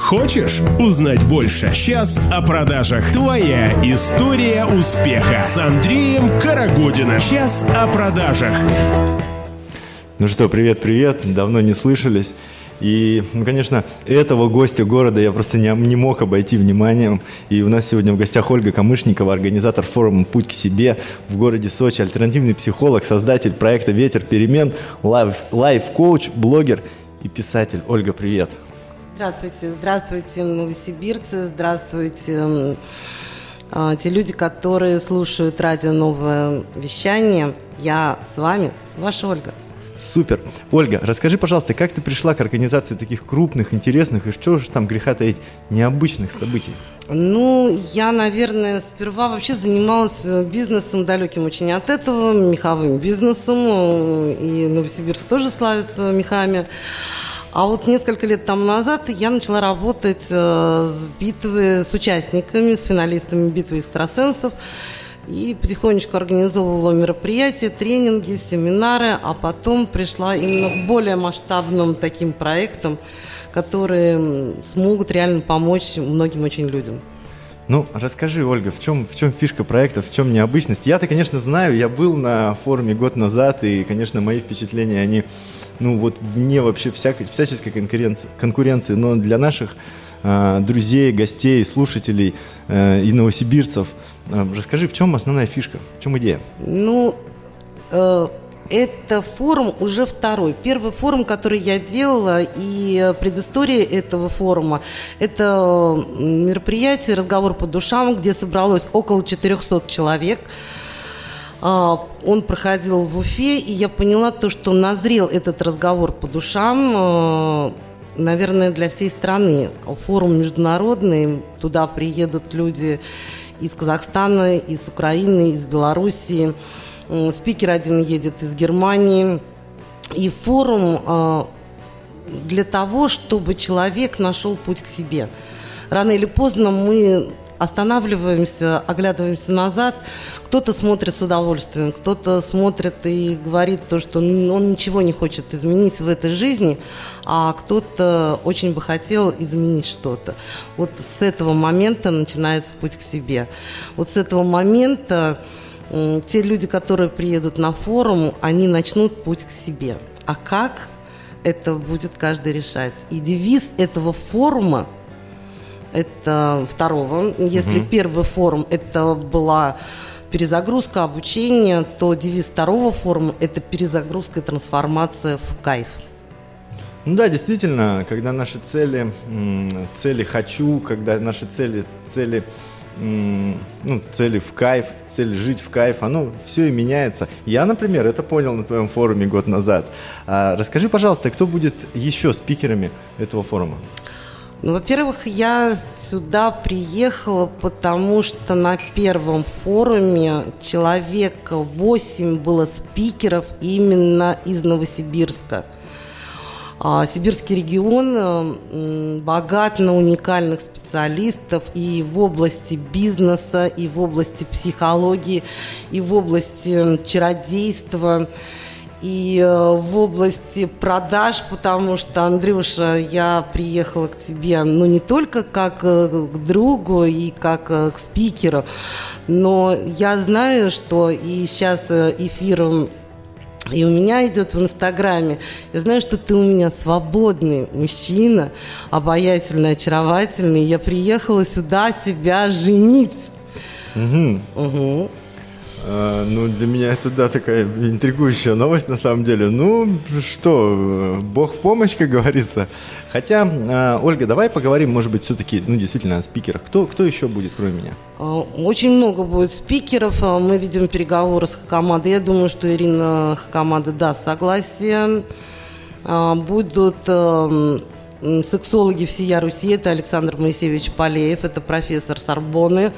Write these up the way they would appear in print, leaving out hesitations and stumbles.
Хочешь узнать больше? Час о продажах. Твоя история успеха с Андреем Карагодиным. Час о продажах. Ну что, привет, давно не слышались. И, конечно, этого гостя города я просто не мог обойти вниманием. И у нас сегодня в гостях Ольга Камышникова, организатор форума «Путь к себе» в городе Сочи, альтернативный психолог, создатель проекта «Ветер перемен», лайф-коуч, блогер и писатель. Ольга, привет. Здравствуйте, новосибирцы, здравствуйте, те люди, которые слушают радио «Новое вещание». Я с вами, ваша Ольга. Супер. Ольга, расскажи, пожалуйста, как ты пришла к организации таких крупных, интересных и что же там греха таить, необычных событий? Я, наверное, сперва вообще занималась бизнесом, далеким очень от этого, меховым бизнесом, и Новосибирск тоже славится мехами. А вот несколько лет тому назад я начала работать с участниками, с финалистами битвы экстрасенсов. И потихонечку организовывала мероприятия, тренинги, семинары, а потом пришла именно к более масштабным таким проектам, которые смогут реально помочь многим очень людям. Расскажи, Ольга, в чем фишка проекта, в чем необычность? Я-то, конечно, знаю, я был на форуме год назад, и, конечно, мои впечатления, они, вне вообще всяческой конкуренции, но для наших друзей, гостей, слушателей и новосибирцев, расскажи, в чем основная фишка, в чем идея? Это форум уже второй. Первый форум, который я делала, и предыстория этого форума, это мероприятие «Разговор по душам», где собралось около 400 человек. Он проходил в Уфе, и я поняла то, что назрел этот разговор по душам, наверное, для всей страны. Форум международный, туда приедут люди из Казахстана, из Украины, из Белоруссии. Спикер один едет из Германии. И форум для того, чтобы человек нашел путь к себе. Рано или поздно мы останавливаемся, оглядываемся назад. Кто-то смотрит с удовольствием, кто-то смотрит и говорит то, что он ничего не хочет изменить в этой жизни, а кто-то очень бы хотел изменить что-то. Вот с этого момента начинается путь к себе. Вот с этого момента те люди, которые приедут на форум, они начнут путь к себе. А как? Это будет каждый решать. И девиз этого форума, это второго. Если первый форум это была перезагрузка, обучение, то девиз второго форума это перезагрузка и трансформация в кайф. Да, действительно, когда наши цели «хочу», когда наши цели в кайф, цель жить в кайф, оно все и меняется. Я, например, это понял на твоем форуме год назад. Расскажи, пожалуйста, кто будет еще спикерами этого форума? Во-первых, я сюда приехала, потому что на первом форуме человек 8 было спикеров именно из Новосибирска. Сибирский регион богат на уникальных специалистов и в области бизнеса, и в области психологии, и в области чародейства, и в области продаж, потому что, Андрюша, я приехала к тебе, не только как к другу и как к спикеру, но я знаю, что и сейчас эфир и у меня идет в Инстаграме. Я знаю, что ты у меня свободный мужчина, обаятельный, очаровательный. Я приехала сюда тебя женить. Для меня это, такая интригующая новость на самом деле. Бог в помощь, как говорится. Хотя, Ольга, давай поговорим, может быть, все-таки, действительно, о спикерах. Кто еще будет, кроме меня? Очень много будет спикеров. Мы ведем переговоры с Хакамадой. Я думаю, что Ирина Хакамада даст согласие. Будут сексологи всея Руси. Это Александр Моисеевич Полеев, это профессор Сорбонны.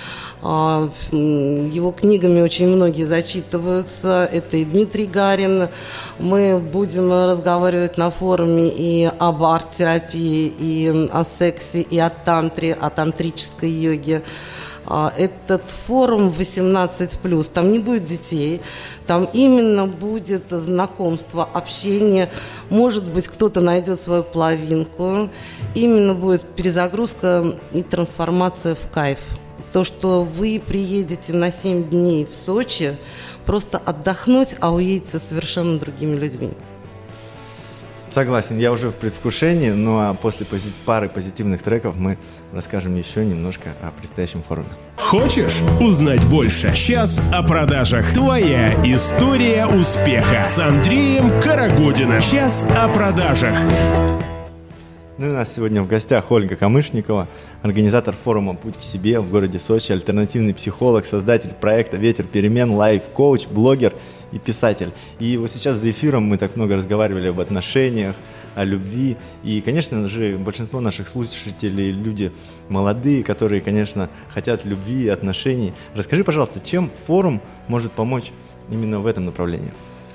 Его книгами очень многие зачитываются. Это и Дмитрий Гарин. Мы будем разговаривать на форуме и об арт-терапии, и о сексе, и о тантре, о тантрической йоге. Этот форум 18+, там не будет детей, там именно будет знакомство, общение, может быть, кто-то найдет свою половинку, именно будет перезагрузка и трансформация в кайф. То, что вы приедете на 7 дней в Сочи, просто отдохнуть, а уедете совершенно другими людьми. Согласен, я уже в предвкушении, ну а после пары позитивных треков мы расскажем еще немножко о предстоящем форуме. Хочешь узнать больше? Час о продажах. Твоя история успеха с Андреем Карагодиным. Час о продажах. Ну и у нас сегодня в гостях Ольга Камышникова, организатор форума «Путь к себе» в городе Сочи, альтернативный психолог, создатель проекта «Ветер перемен», лайф-коуч, блогер и писатель. И вот сейчас за эфиром мы так много разговаривали об отношениях, о любви. И, конечно же, большинство наших слушателей – люди молодые, которые, конечно, хотят любви и отношений. Расскажи, пожалуйста, чем форум может помочь именно в этом направлении?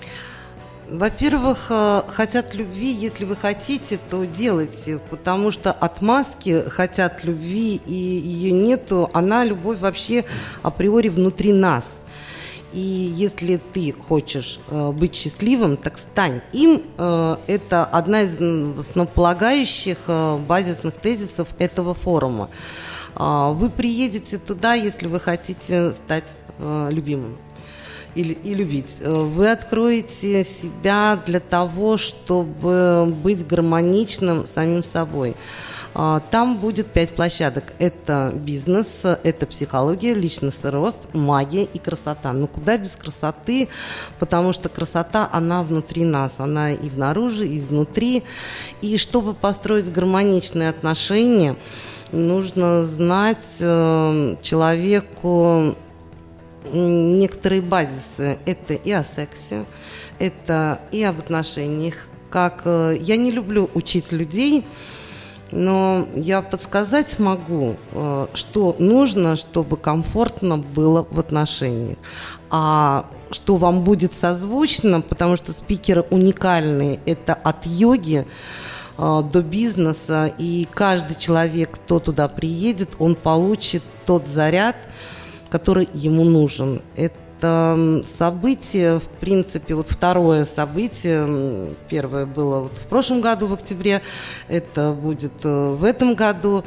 Во-первых, хотят любви, если вы хотите, то делайте, потому что отмазки хотят любви, и ее нету, она, любовь вообще априори внутри нас. И если ты хочешь быть счастливым, так стань им. Это одна из основополагающих базисных тезисов этого форума. Вы приедете туда, если вы хотите стать любимым. И любить. Вы откроете себя для того, чтобы быть гармоничным самим собой. Там будет 5 площадок. Это бизнес, это психология, личностный рост, магия и красота. Но куда без красоты? Потому что красота, она внутри нас. Она и внаружи, и изнутри. И чтобы построить гармоничные отношения, нужно знать человеку некоторые базисы. Это и о сексе, это и об отношениях. Я не люблю учить людей, но я подсказать могу, что нужно, чтобы комфортно было в отношениях. А что вам будет созвучно, потому что спикеры уникальные, это от йоги до бизнеса, и каждый человек, кто туда приедет, он получит тот заряд, который ему нужен. Это событие, в принципе, вот второе событие, первое было вот в прошлом году, в октябре, это будет в этом году.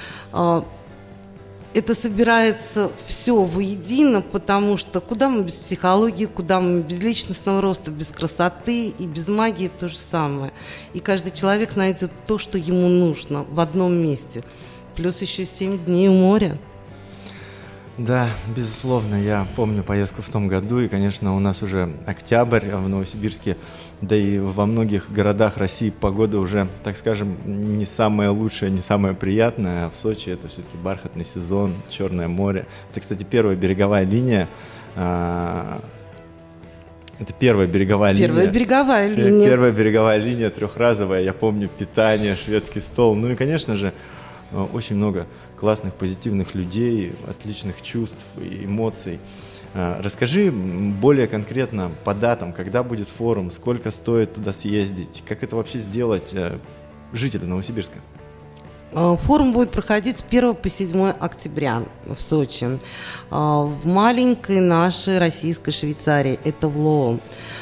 Это собирается все воедино, потому что куда мы без психологии, куда мы без личностного роста, без красоты и без магии то же самое. И каждый человек найдет то, что ему нужно в одном месте. Плюс еще 7 дней у моря. Да, безусловно, я помню поездку в том году, и, конечно, у нас уже октябрь в Новосибирске, да и во многих городах России погода уже, так скажем, не самая лучшая, не самая приятная, а в Сочи это все-таки бархатный сезон, Черное море. Это, кстати, первая береговая линия. Это первая береговая линия. Первая береговая линия, трехразовая, я помню, питание, шведский стол, ну и, конечно же, очень много классных, позитивных людей, отличных чувств и эмоций. Расскажи более конкретно по датам, когда будет форум, сколько стоит туда съездить, как это вообще сделать жителю Новосибирска? Форум будет проходить с 1 по 7 октября в Сочи, в маленькой нашей российской Швейцарии, это в Лоо.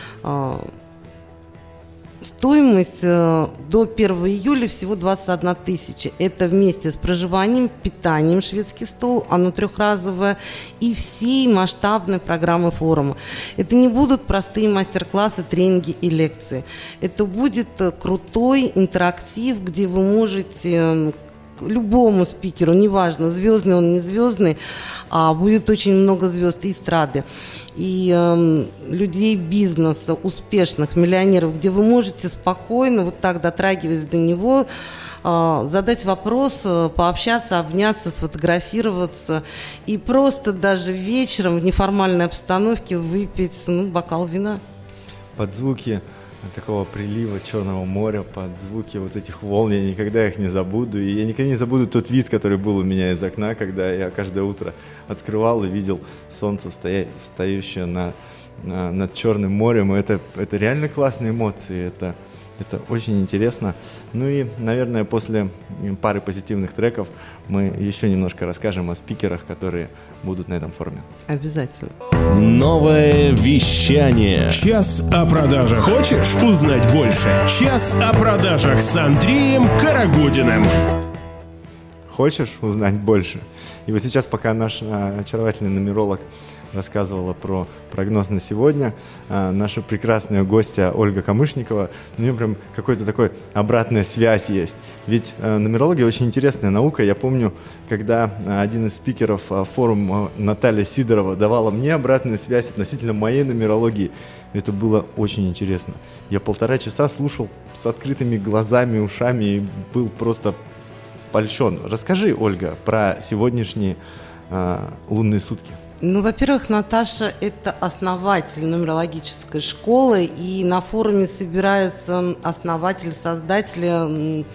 Стоимость до 1 июля всего 21 тысяча. Это вместе с проживанием, питанием, шведский стол, оно трехразовое, и всей масштабной программы форума. Это не будут простые мастер-классы, тренинги и лекции. Это будет крутой интерактив, где вы можете любому спикеру, неважно, звездный он, не звездный, будет очень много звезд и эстрады, и людей бизнеса, успешных, миллионеров, где вы можете спокойно, вот так дотрагиваясь до него, задать вопрос, пообщаться, обняться, сфотографироваться и просто даже вечером в неформальной обстановке выпить бокал вина. Под звуки такого прилива Черного моря, под звуки вот этих волн, я никогда их не забуду. И я никогда не забуду тот вид, который был у меня из окна, когда я каждое утро открывал и видел солнце, встающее над Черным морем. Это реально классные эмоции. Это Это очень интересно. Ну и, наверное, после пары позитивных треков мы еще немножко расскажем о спикерах, которые будут на этом форуме. Обязательно. Новое вещание. Час о продажах. Хочешь узнать больше? Час о продажах с Андреем Карагодиным. Хочешь узнать больше? И вот сейчас, пока наш очаровательный нумеролог рассказывала про прогноз на сегодня, наша прекрасная гостья Ольга Камышникова, у нее прям какой-то такой обратная связь есть. Ведь нумерология очень интересная наука. Я помню, когда один из спикеров форума, Наталья Сидорова, давала мне обратную связь относительно моей нумерологии. Это было очень интересно. Я 1,5 часа слушал с открытыми глазами, ушами и был просто польщен. Расскажи, Ольга, про сегодняшние лунные сутки. Ну, во-первых, Наташа – это основатель нумерологической школы, и на форуме собираются основатели, создатели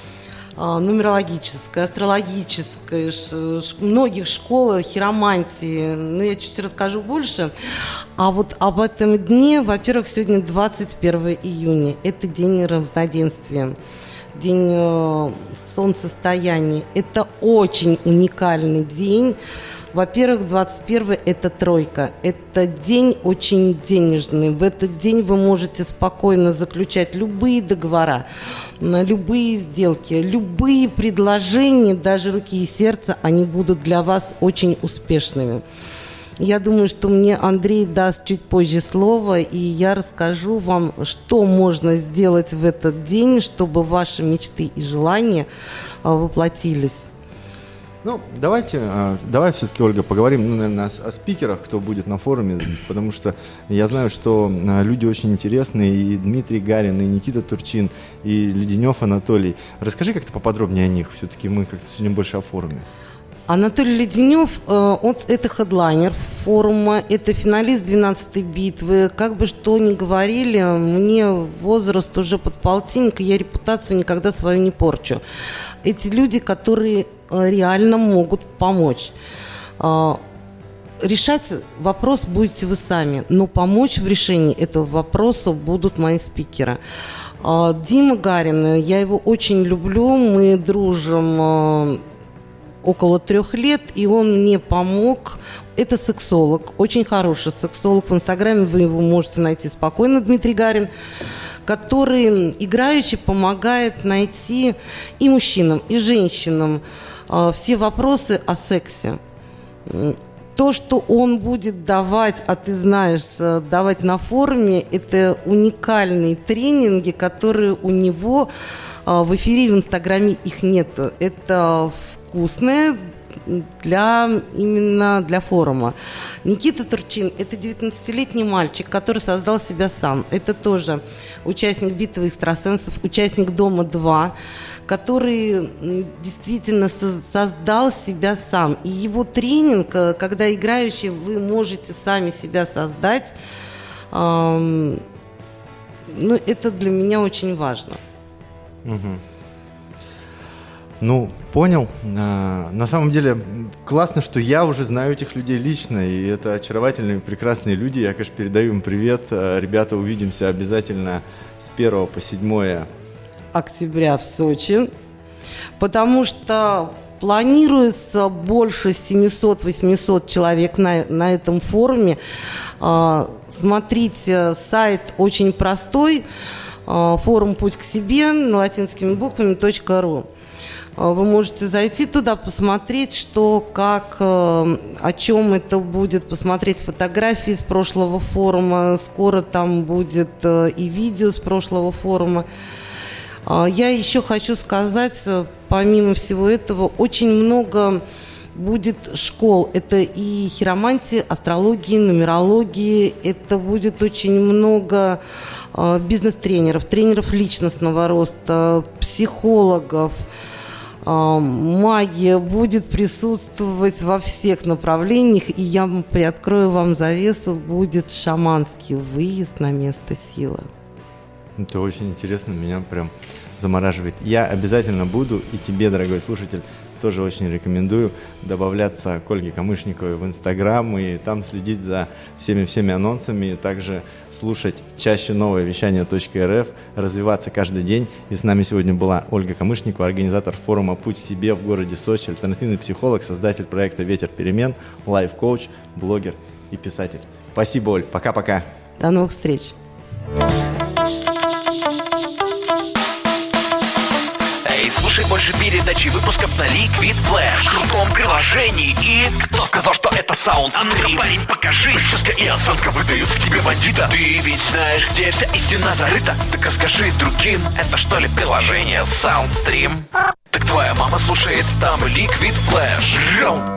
нумерологической, астрологической, многих школ, хиромантии. Ну, я чуть расскажу больше. А вот об этом дне, во-первых, сегодня 21 июня. Это день равноденствия, день солнцестояния. Это очень уникальный день. Во-первых, 21 – это тройка. Это день очень денежный. В этот день вы можете спокойно заключать любые договора, любые сделки, любые предложения, даже руки и сердце, они будут для вас очень успешными. Я думаю, что мне Андрей даст чуть позже слово, и я расскажу вам, что можно сделать в этот день, чтобы ваши мечты и желания воплотились. Ну, давай все-таки, Ольга, поговорим, наверное, о спикерах, кто будет на форуме, потому что я знаю, что люди очень интересные, и Дмитрий Гарин, и Никита Турчин, и Леденев Анатолий. Расскажи как-то поподробнее о них, все-таки мы как-то сегодня больше о форуме. Анатолий Леденев, это хедлайнер форума, это финалист 12-й битвы. Как бы что ни говорили, мне возраст уже под полтинник, и я репутацию никогда свою не порчу. Эти люди, которые реально могут помочь. Решать вопрос будете вы сами, но помочь в решении этого вопроса будут мои спикеры. Дима Гарин, я его очень люблю, мы дружим около 3 лет, и он мне помог. Это сексолог, очень хороший сексолог. В Инстаграме вы его можете найти спокойно, Дмитрий Гарин, который играючи помогает найти и мужчинам, и женщинам все вопросы о сексе. То, что он будет давать, а ты знаешь, давать на форуме, это уникальные тренинги, которые у него в эфире в Инстаграме их нету. Это вкусное именно для форума. Никита Турчин – это 19-летний мальчик, который создал себя сам. Это тоже участник битвы экстрасенсов, участник Дома-2, который действительно создал себя сам. И его тренинг, когда играющие, вы можете сами себя создать, это для меня очень важно. Угу. Ну, понял. На самом деле, классно, что я уже знаю этих людей лично, и это очаровательные, прекрасные люди. Я, конечно, передаю им привет. Ребята, увидимся обязательно с 1 по 7 октября в Сочи, потому что планируется больше 700-800 человек на этом форуме. Смотрите, сайт очень простой, форум «Путь к себе» на латинскими буквами .ру. Вы можете зайти туда, посмотреть, что, как, о чем это будет, посмотреть фотографии с прошлого форума. Скоро там будет и видео с прошлого форума. Я еще хочу сказать, помимо всего этого, очень много будет школ. Это и хиромантии, астрологии, нумерологии. Это будет очень много бизнес-тренеров, тренеров личностного роста, психологов. Магия будет присутствовать во всех направлениях, и я приоткрою вам завесу, будет шаманский выезд на место силы. Это очень интересно, меня прям замораживает. Я обязательно буду, и тебе, дорогой слушатель, тоже очень рекомендую добавляться к Ольге Камышниковой в Инстаграм и там следить за всеми анонсами, также слушать чаще новое вещание.рф, развиваться каждый день. И с нами сегодня была Ольга Камышникова, организатор форума «Путь к себе» в городе Сочи, альтернативный психолог, создатель проекта «Ветер перемен», лайф-коуч, блогер и писатель. Спасибо, Оль. Пока-пока. До новых встреч. Слушай больше передачи выпусков на Liquid Flash, в крутом приложении. И кто сказал, что это SoundStream? А ну-ка, парень, покажи. Прическа и осанка выдают в тебе бандита. Ты ведь знаешь, где вся истина зарыта. Так расскажи другим, это что ли приложение SoundStream? Так твоя мама слушает там Liquid Flash.